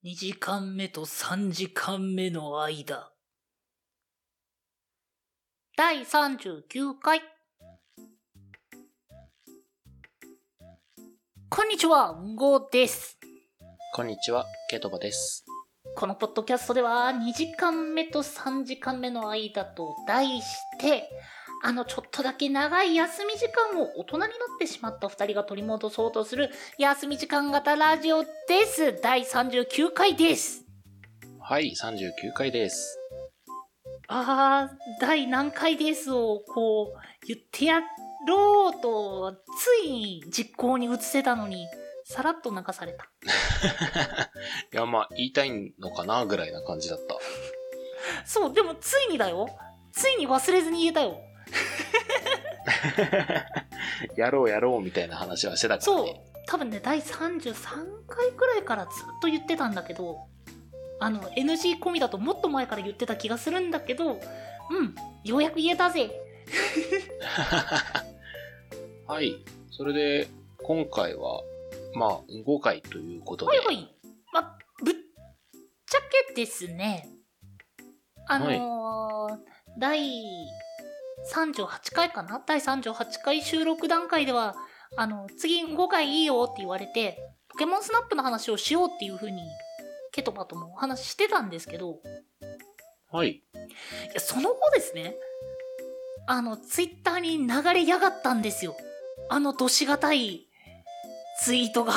2時間目と3時間目の間。第39回。こんにちは、んごです。 こんにちは、ケトバです。 このポッドキャストでは2時間目と3時間目の間と題して、ちょっとだけ長い休み時間を大人になってしまった2人が取り戻そうとする休み時間型ラジオです。第39回です。 はい、39回です。 第何回ですを言ってやろうとついに実行に移せたのにさらっと流された。 いや、言いたいのかなぐらいな感じだった。 そう、でもついにだよ。ついに忘れずに言えたよ。 やろうみたいな話はしてたからね。 そう、多分ね、第33回くらいからずっと言ってたんだけど、NG 込みだともっと前から言ってた気がするんだけど、ようやく言えたぜ。 はい、それで今回は5回ということで。 はいはい。ぶっちゃけですね、第38回かな、第38回収録段階では次5回いいよって言われてポケモンスナップの話をしようっていう風にケトバともお話ししてたんですけど、 はい。 いや、その後ですね、ツイッターに流れやがったんですよ、どしがたいツイートが。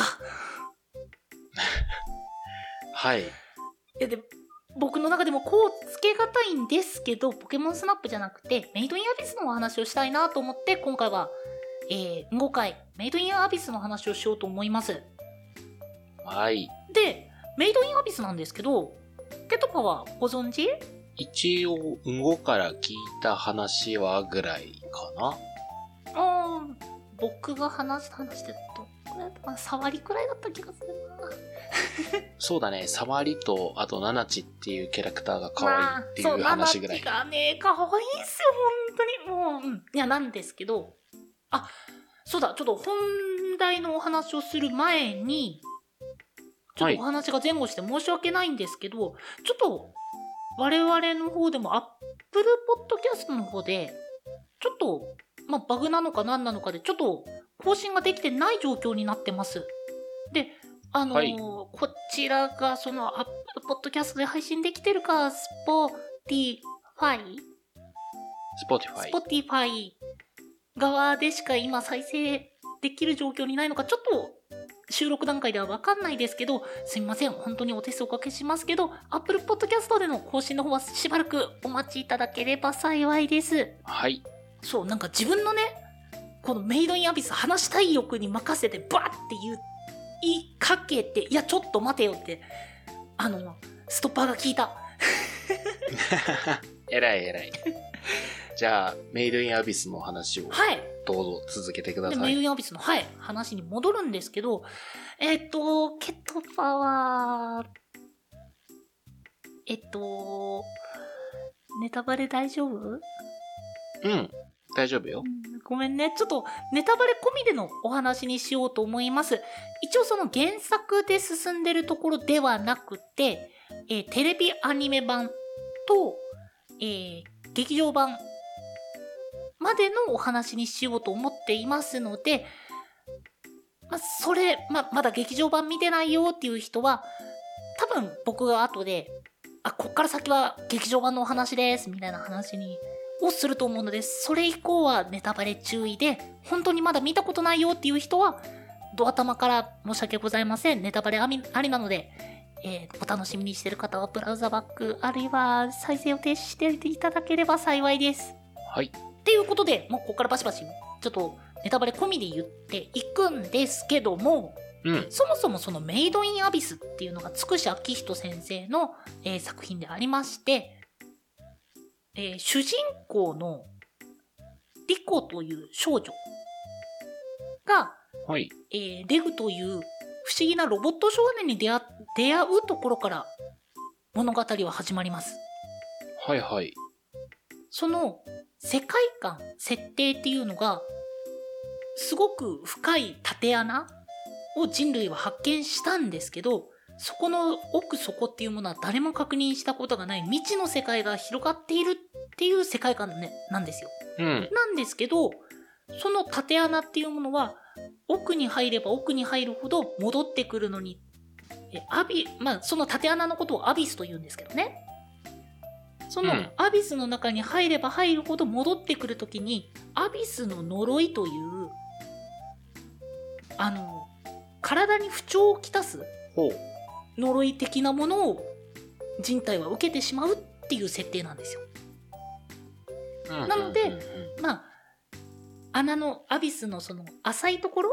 はい。 いや、で僕の中でもこうつけがたいんですけど、ポケモンスナップじゃなくてメイドインアビスのお話をしたいなと思って、今回は、5回メイドインアビスの話をしようと思います。 はい。 で、メイドインアビスなんですけど、ケトパはご存知？ 一応、5から聞いた話はぐらいかな。 僕が話した話で触りくらいだった気がするな。 そうだね、サマリとあとナナチっていうキャラクターが可愛いっていう話ぐらい。 ナナチがね、可愛いんすよ、本当に。いや、なんですけど、そうだ、ちょっと本題のお話をする前に、ちょっとお話が前後して申し訳ないんですけど、ちょっと我々の方でもApple Podcast の方でちょっとバグなのか何なのかでちょっと更新ができてない状況になってます。で、こちらがその Apple Podcast で配信できてるか、Spotify 側でしか今再生できる状況にないのか、ちょっと収録段階では分かんないですけど、すみません、本当にお手数おかけしますけど、Apple Podcast での更新の方はしばらくお待ちいただければ幸いです。 はい。 そう、なんか自分のね、このメイドインアビス話したい欲に任せてバーって言いかけて、いやちょっと待てよって、ストッパーが効いた。 えらい。じゃあメイドインアビスの話をどうぞ続けてください。 でメイドインアビスの話に戻るんですけど、ケトパはネタバレ大丈夫？ 大丈夫よ。 ごめんね、ちょっとネタバレ込みでのお話にしようと思います。一応その原作で進んでるところではなくて、テレビアニメ版と、劇場版までのお話にしようと思っていますので、まだ劇場版見てないよっていう人は多分僕が後でこっから先は劇場版のお話ですみたいな話をすると思うので、それ以降はネタバレ注意で、本当にまだ見たことないよっていう人はド頭から申し訳ございません、ネタバレありなので、お楽しみにしている方はブラウザバックあるいは再生を停止していただければ幸いです。 はい。 っていうことで、もうここからバシバシちょっとネタバレ込みで言っていくんですけども、そもそもそのメイドインアビスっていうのがつくし昭仁先生の、作品でありまして、主人公のリコという少女が、レグという不思議なロボット少年に出会うところから物語は始まります。 はいはい。 その世界観設定っていうのがすごく深い縦穴を人類は発見したんですけど、 そこの奥底っていうものは誰も確認したことがない未知の世界が広がっているっていう世界観、ね、なんですよ。なんですけど、その縦穴っていうものは奥に入れば奥に入るほど戻ってくるのに、その縦穴のことをアビスと言うんですけどね。そのアビスの中に入れば入るほど戻ってくるときに、アビスの呪いという、体に不調をきたす呪い的なものを人体は受けてしまうっていう設定なんですよ。なので、穴のアビスのその浅いところ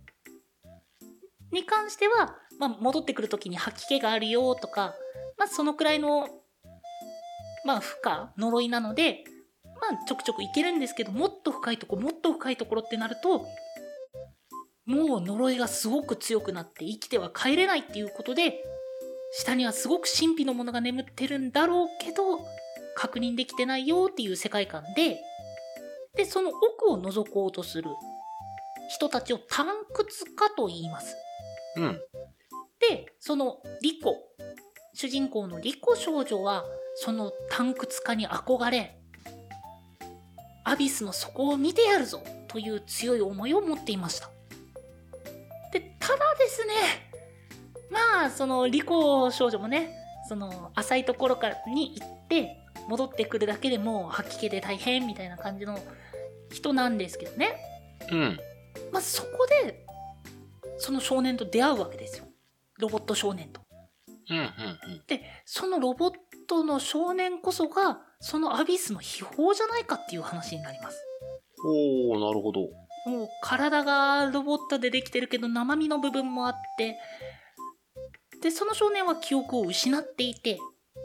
に関しては、戻ってくるときに吐き気があるよとか、そのくらいの負荷、呪いなので、ちょくちょくいけるんですけど、もっと深いところってなると、もう呪いがすごく強くなって生きては帰れないっていうことで、下にはすごく神秘のものが眠ってるんだろうけど、確認できてないよっていう世界観で、その奥を覗こうとする人たちを探掘家と言います。で、そのリコ、主人公のリコ少女は、その探掘家に憧れ、アビスの底を見てやるぞという強い思いを持っていました。で、ただですね、そのリコ少女もね、その浅いところからに行って戻ってくるだけでもう吐き気で大変みたいな感じの人なんですけどね。そこでその少年と出会うわけですよ。ロボット少年と。で、そのロボットの少年こそがそのアビスの秘宝じゃないかっていう話になります。 おー、なるほど。 もう体がロボットでできてるけど生身の部分もあって、でその少年は記憶を失っていて、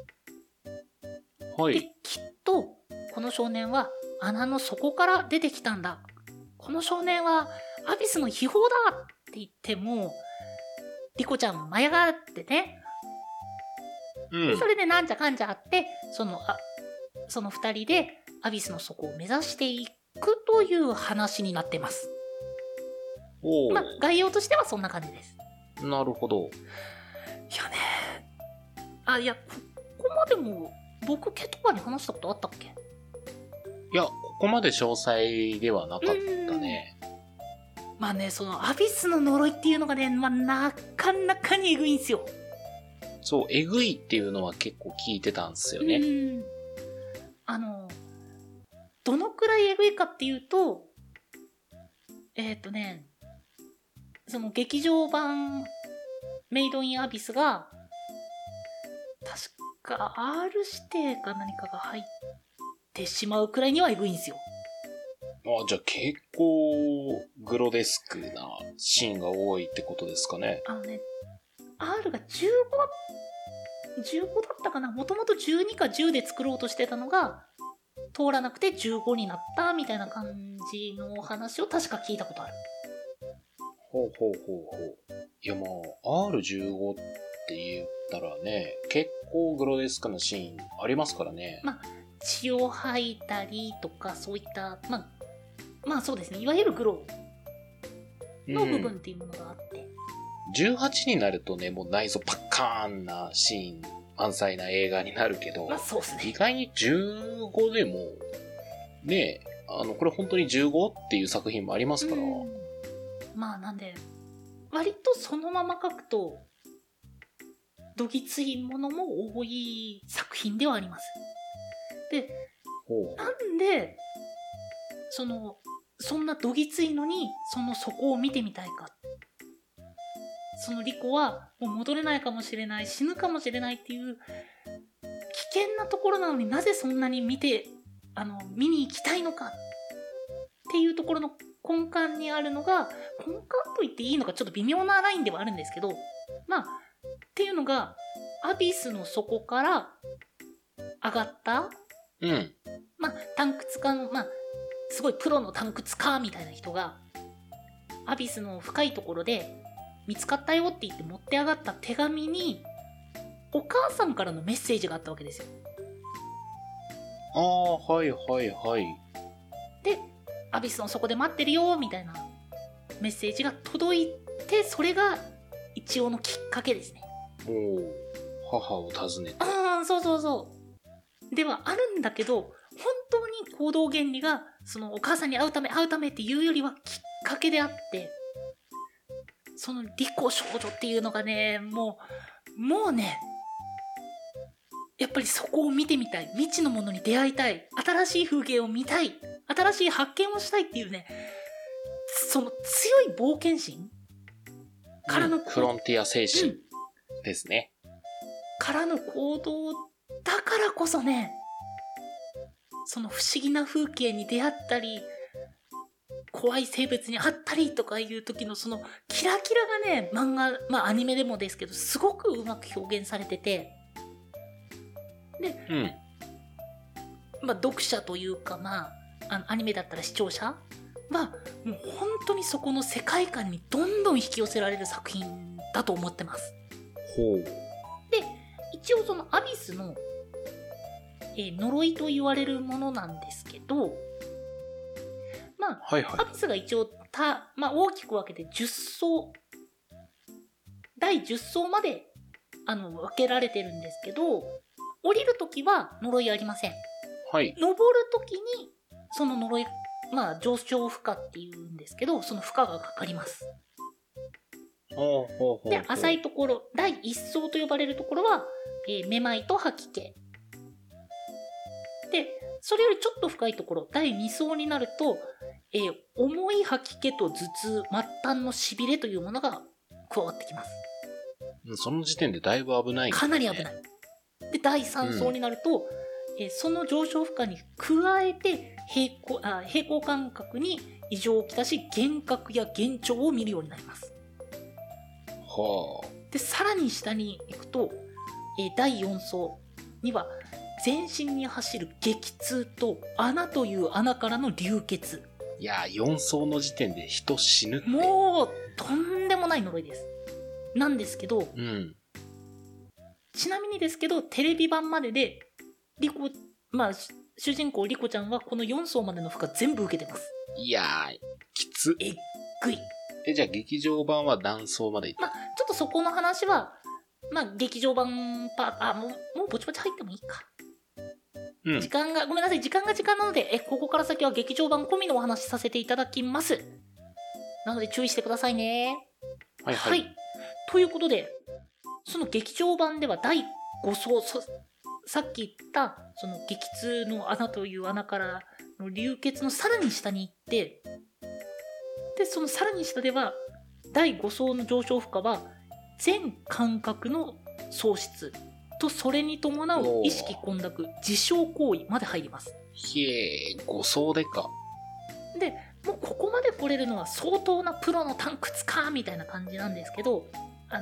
できっとこの少年は穴の底から出てきたんだ、この少年はアビスの秘宝だって言っても、リコちゃん舞い上がってね、それでなんちゃかんちゃあって、その2人でアビスの底を目指していくという話になってます。概要としてはそんな感じです。 なるほど。 いや、ここまでも僕ケトバに話したことあったっけ？ いや、ここまで詳細ではなかったね。 そのアビスの呪いっていうのがね、なかなかにえぐいんですよ。 そう、えぐいっていうのは結構聞いてたんですよね。 どのくらいえぐいかっていうと、その劇場版メイドインアビスが確か R 指定か何かが入ってしまうくらいにはえぐいんですよ。 じゃあ結構グロデスクなシーンが多いってことですかね。 R が15だったかな。もともと12か10で作ろうとしてたのが通らなくて15になったみたいな感じのお話を確か聞いたことある。 いやR15 って言ったらね、結構グロデスクなシーンありますからね。 血を吐いたりとかそういったそうですね、いわゆるグロの部分っていうものがあって、 18になるとね、もう内臓パッカーンなシーン満載な映画になるけど、 そうですね、 意外に15でもね、これ本当に15っていう作品もありますから、 なんで割とそのまま書くとどぎついものも多い作品ではあります。で、なんでそんなどぎついのにその底を見てみたいか。そのリコはもう戻れないかもしれない、死ぬかもしれないっていう危険なところなのに、なぜそんなに見に行きたいのかっていうところの根幹にあるのが、根幹と言っていいのかちょっと微妙なラインではあるんですけど、っていうのがアビスの底から上がった探掘家のすごいプロの探掘家みたいな人がアビスの深いところで見つかったよって言って持って上がった手紙にお母さんからのメッセージがあったわけですよ。で、アビスの底で待ってるよみたいなメッセージが届いて、それが一応のきっかけですね。 おー、母を訪ねて。 ああ、そうそうそう。ではあるんだけど、本当に行動原理が、そのお母さんに会うためっていうよりはきっかけであって、そのリコ少女っていうのがね、もうね、やっぱりそこを見てみたい。未知のものに出会いたい。新しい風景を見たい。新しい発見をしたいっていうね、その強い冒険心からの、 フロンティア精神ですね。 からの行動だからこそね、その不思議な風景に出会ったり、怖い生物に会ったりとかいう時のそのキラキラがね、漫画、アニメでもですけど、すごくうまく表現されてて、で、読者というか、アニメだったら視聴者は、もう本当にそこの世界観にどんどん引き寄せられる作品だと思ってます。 ほう。 で、一応そのアビスの、呪いと言われるものなんですけど、 はいはい。 アビスが一応大きく分けて10層、第10層まで分けられてるんですけど、降りるときは呪いありません。 はい。 登るときにその呪い、上昇負荷っていうんですけど、その負荷がかかります。 ほうほうほう。 で、浅いところ、第1層と呼ばれるところは、めまいと吐き気。で、それよりちょっと深いところ、第2層になると、重い吐き気と頭痛、末端のしびれというものが加わってきます。 その時点でだいぶ危ない、ね。 かなり危ない。で、第3層になると、その上昇負荷に加えて平衡感覚に異常をきたし、幻覚や幻聴を見るようになります。 はあ。 で、さらに下に行くと、第4層には全身に走る激痛と穴という穴からの流血。 いやー、4層の時点で人死ぬって。 もうとんでもない呪いです。なんですけど、ちなみにですけど、テレビ版までで主人公リコちゃんはこの4層までの負荷全部受けてます。 いやー、きつ。 えっぐい。 じゃあ劇場版は何層までいった？ ちょっとそこの話は、劇場版もうぼちぼち入ってもいいか。時間が時間なので、ここから先は劇場版込みのお話しさせていただきます。なので注意してくださいね。 はい。 ということで、その劇場版では第5層、さっき言ったその激痛の穴という穴からの流血のさらに下に行って、でそのさらに下では第5層の上昇負荷は全感覚の喪失とそれに伴う意識混濁、自傷行為まで入ります。 ひえー、5層でか。 でもうここまで来れるのは相当なプロの探掘かみたいな感じなんですけど、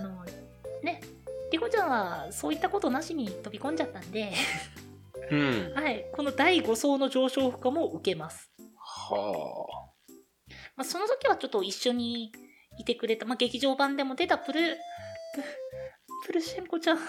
リコちゃんはそういったことなしに飛び込んじゃったんではい、この第5層の上昇負荷も受けます。 はあ。その時はちょっと一緒にいてくれた、劇場版でも出たプルシェンコちゃん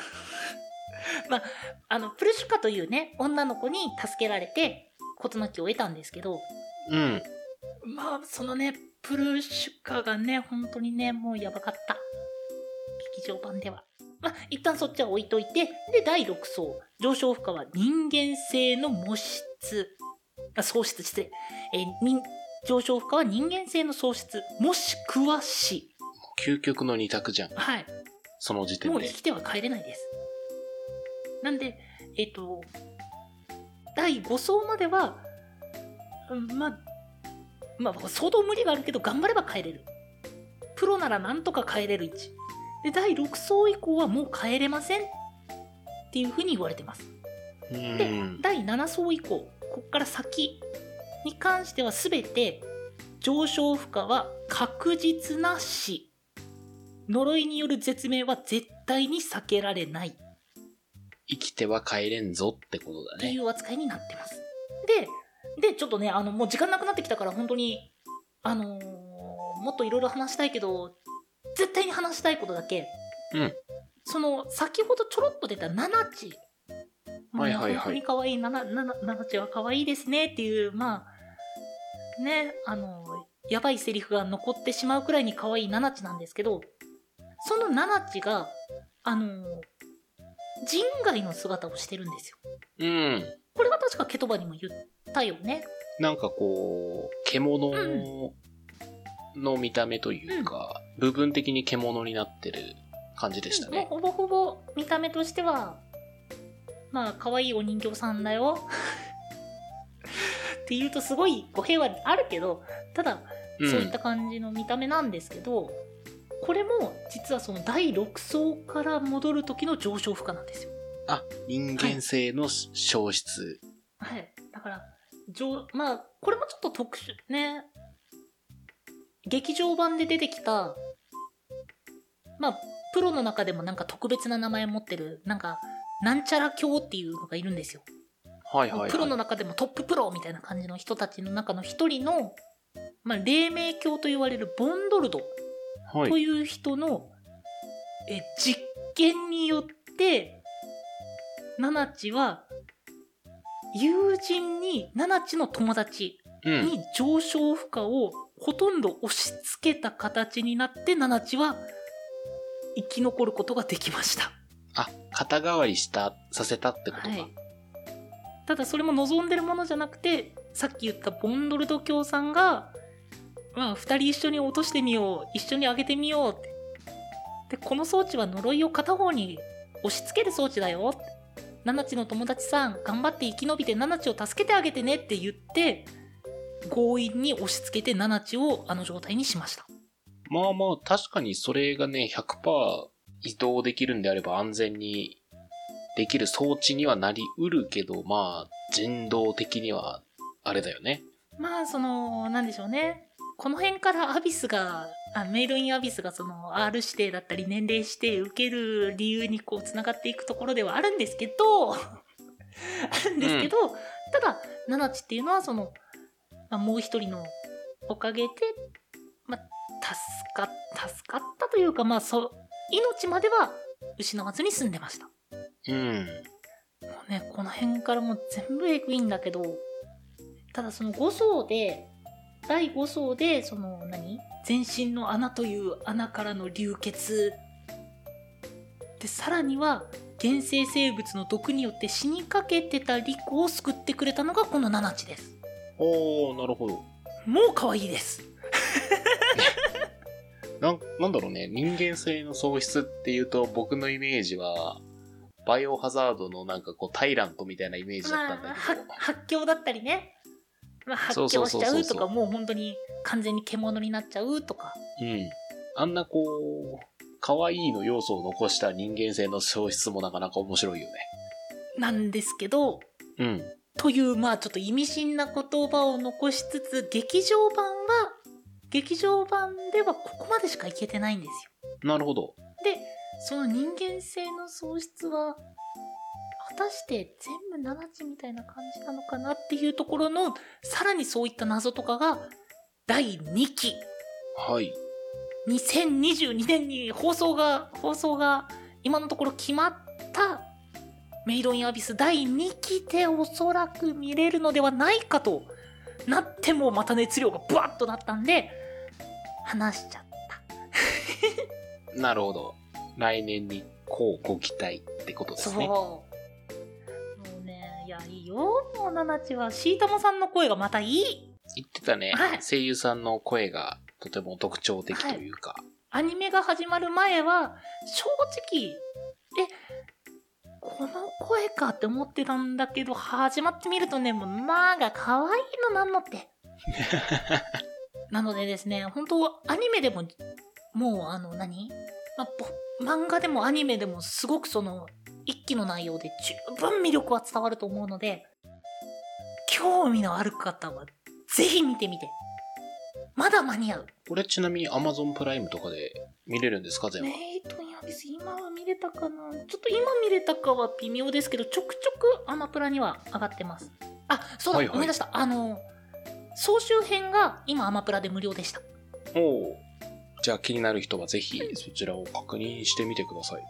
プルシュカというね、女の子に助けられて事なきを得たんですけど、そのね、プルシュカがね、本当にね、もうやばかった。劇場版では。一旦そっちは置いといて、で、第6層。上昇負荷は人間性の喪失。喪失、失礼。上昇負荷は人間性の喪失、もしくは死。 究極の二択じゃん。 はい。 その時点で。 もう生きては帰れないです。なんで、第5層までは、相当無理があるけど頑張れば帰れる。プロならなんとか帰れる位置。で、第6層以降はもう帰れませんっていう風に言われてます。で、第7層以降、こっから先に関しては全て上昇負荷は確実な死。呪いによる絶命は絶対に避けられない。 生きては帰れんぞってことだね。 っていう扱いになってます。で、ちょっとね、もう時間なくなってきたから本当に、もっといろいろ話したいけど、絶対に話したいことだけ。その、先ほどちょろっと出たナナチ。本当に可愛い、ナナチは可愛いですねっていう、やばいセリフが残ってしまうくらいに可愛いナナチなんですけど、そのナナチが、 人外の姿をしてるんですよ。 うん。 これは確かケトバにも言ったよね。 なんかこう、獣の見た目というか、部分的に獣になってる感じでしたね。 もうほぼほぼ見た目としては、まあ、可愛いお人形さんだよ。っていうとすごい語弊はあるけど、ただ、そういった感じの見た目なんですけど、これも実はその第6層から戻る時の上昇負荷なんですよ。 あ、人間性の消失。 はい。だから、まあ、これもちょっと特殊ね。劇場版で出てきた、まあ、プロの中でもなんか特別な名前持ってる、なんちゃら教っていうのがいるんですよ。 はいはいはい。 プロの中でもトッププロみたいな感じの人たちの中の一人の、まあ、黎明教と言われるボンドルドという人の、実験によって、ナナチは、友人に、ナナチの友達に上昇負荷をほとんど押し付けた形になって、ナナチは生き残ることができました。 あ、肩代わりさせたってことか。はい、 ただそれも望んでるものじゃなくて、さっき言ったボンドルド教さんが、まあ、2人一緒に落としてみよう、一緒に上げてみようって。で、この装置は呪いを片方に押し付ける装置だよ。ナナチの友達さん、頑張って生き延びてナナチを助けてあげてねって言って、強引に押し付けてナナチをあの状態にしました。 まあまあ、確かにそれがね、100% 移動できるんであれば安全にできる装置にはなりうるけど、まあ、人道的にはあれだよね。 まあ、なんでしょうね。この辺からアビスが、メイドインアビスがR 指定だったり年齢指定受ける理由にこう繋がっていくところではあるんですけど、ただ、ナナチっていうのはもう一人のおかげで、まあ、助かったというか、まあ、命までは失わずに済んでました。もうね、この辺からもう全部エグいんだけど、ただ第5層で、全身の穴という穴からの流血。で、さらには、原生生物の毒によって死にかけてたリコを救ってくれたのがこのナナチです。 おー、なるほど。 もう可愛いです。 なんだろうね、人間性の喪失っていうと、僕のイメージは、バイオハザードのタイラントみたいなイメージだったんだけど。 発狂だったりね。発狂しちゃうとか、もう本当に完全に獣になっちゃうとか。 あんな可愛いの要素を残した人間性の喪失もなかなか面白いよね。 なんですけど、という、まあちょっと意味深な言葉を残しつつ、劇場版ではここまでしかいけてないんですよ。 なるほど。 で、その人間性の喪失は、果たして全部ナナチみたいな感じなのかなっていうところの、さらにそういった謎とかが、第2期。 はい。 2022年に放送が今のところ決まったメイドインアビス第2期でおそらく見れるのではないかとなってもまた熱量がブワッとなったんで、話しちゃった。 なるほど。来年にご期待ってことですね。 もうね、いや、いいよ。もうナナチはシータモさんの声がまたいい。 言ってたね。はい、声優さんの声がとても特徴的というか。 アニメが始まる前は、正直、この声かって思ってたんだけど、始まってみるとね、もう、まあが可愛いのなんのって。なのでですね、本当アニメでも、もう漫画でもアニメでもすごく一期の内容で十分魅力は伝わると思うので、興味のある方はぜひ見てみて。まだ間に合う。 これちなみに Amazon プライムとかで見れるんですか、全部。 メイドインアビス今は見れたかな、ちょっと今見れたかは微妙ですけど、ちょくちょくアマプラには上がってます。あ、そうだ、思い出した。総集編が今アマプラで無料でした。 おお。じゃあ気になる人はぜひそちらを確認してみてください。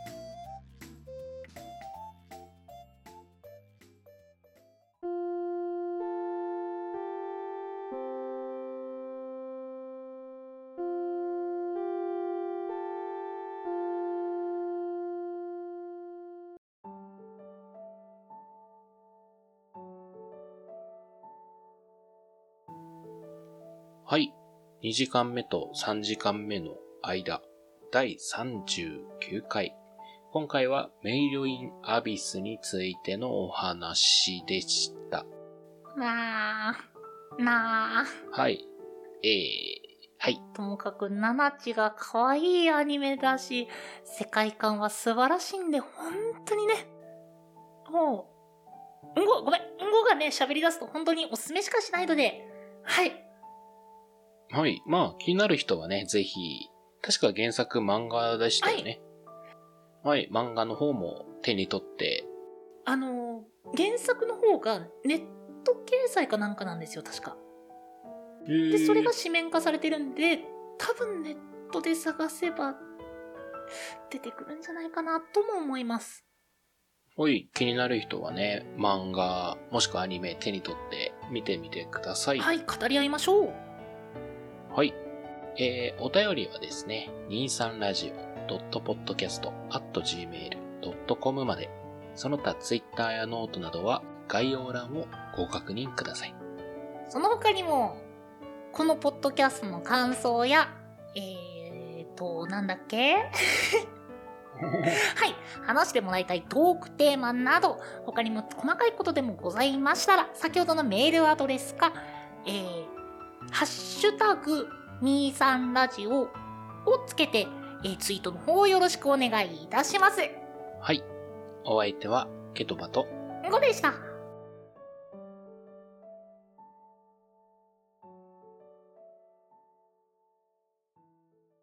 はい。2時間目と3時間目の間、第39回。今回はメイドインアビスについてのお話でした。 なあ。 はい。はい。 ともかく、ナナチが可愛いアニメだし、世界観は素晴らしいんで、本当にね。もう、ごめん。がね、喋り出すと本当におすすめしかしないので、はい。 はい。まあ、気になる人はね、ぜひ、確か原作漫画でしたよね。はい。漫画の方も手に取って。 原作の方がネット掲載かなんかなんですよ、確か。で、それが紙面化されてるんで、多分ネットで探せば出てくるんじゃないかなとも思います。 はい。気になる人はね、漫画、もしくはアニメ手に取って見てみてください。 はい。語り合いましょう。 はい。お便りはですね、23radio.podcast@gmail.com まで、その他ツイッターやノートなどは概要欄をご確認ください。 その他にも、このポッドキャストの感想や、なんだっけはい、話してもらいたいトークテーマなど、他にも細かいことでもございましたら、先ほどのメールアドレスか、ハッシュタグ23ラジオをつけて、ツイートの方よろしくお願いいたします。 はい。お相手はケトバと 5でした。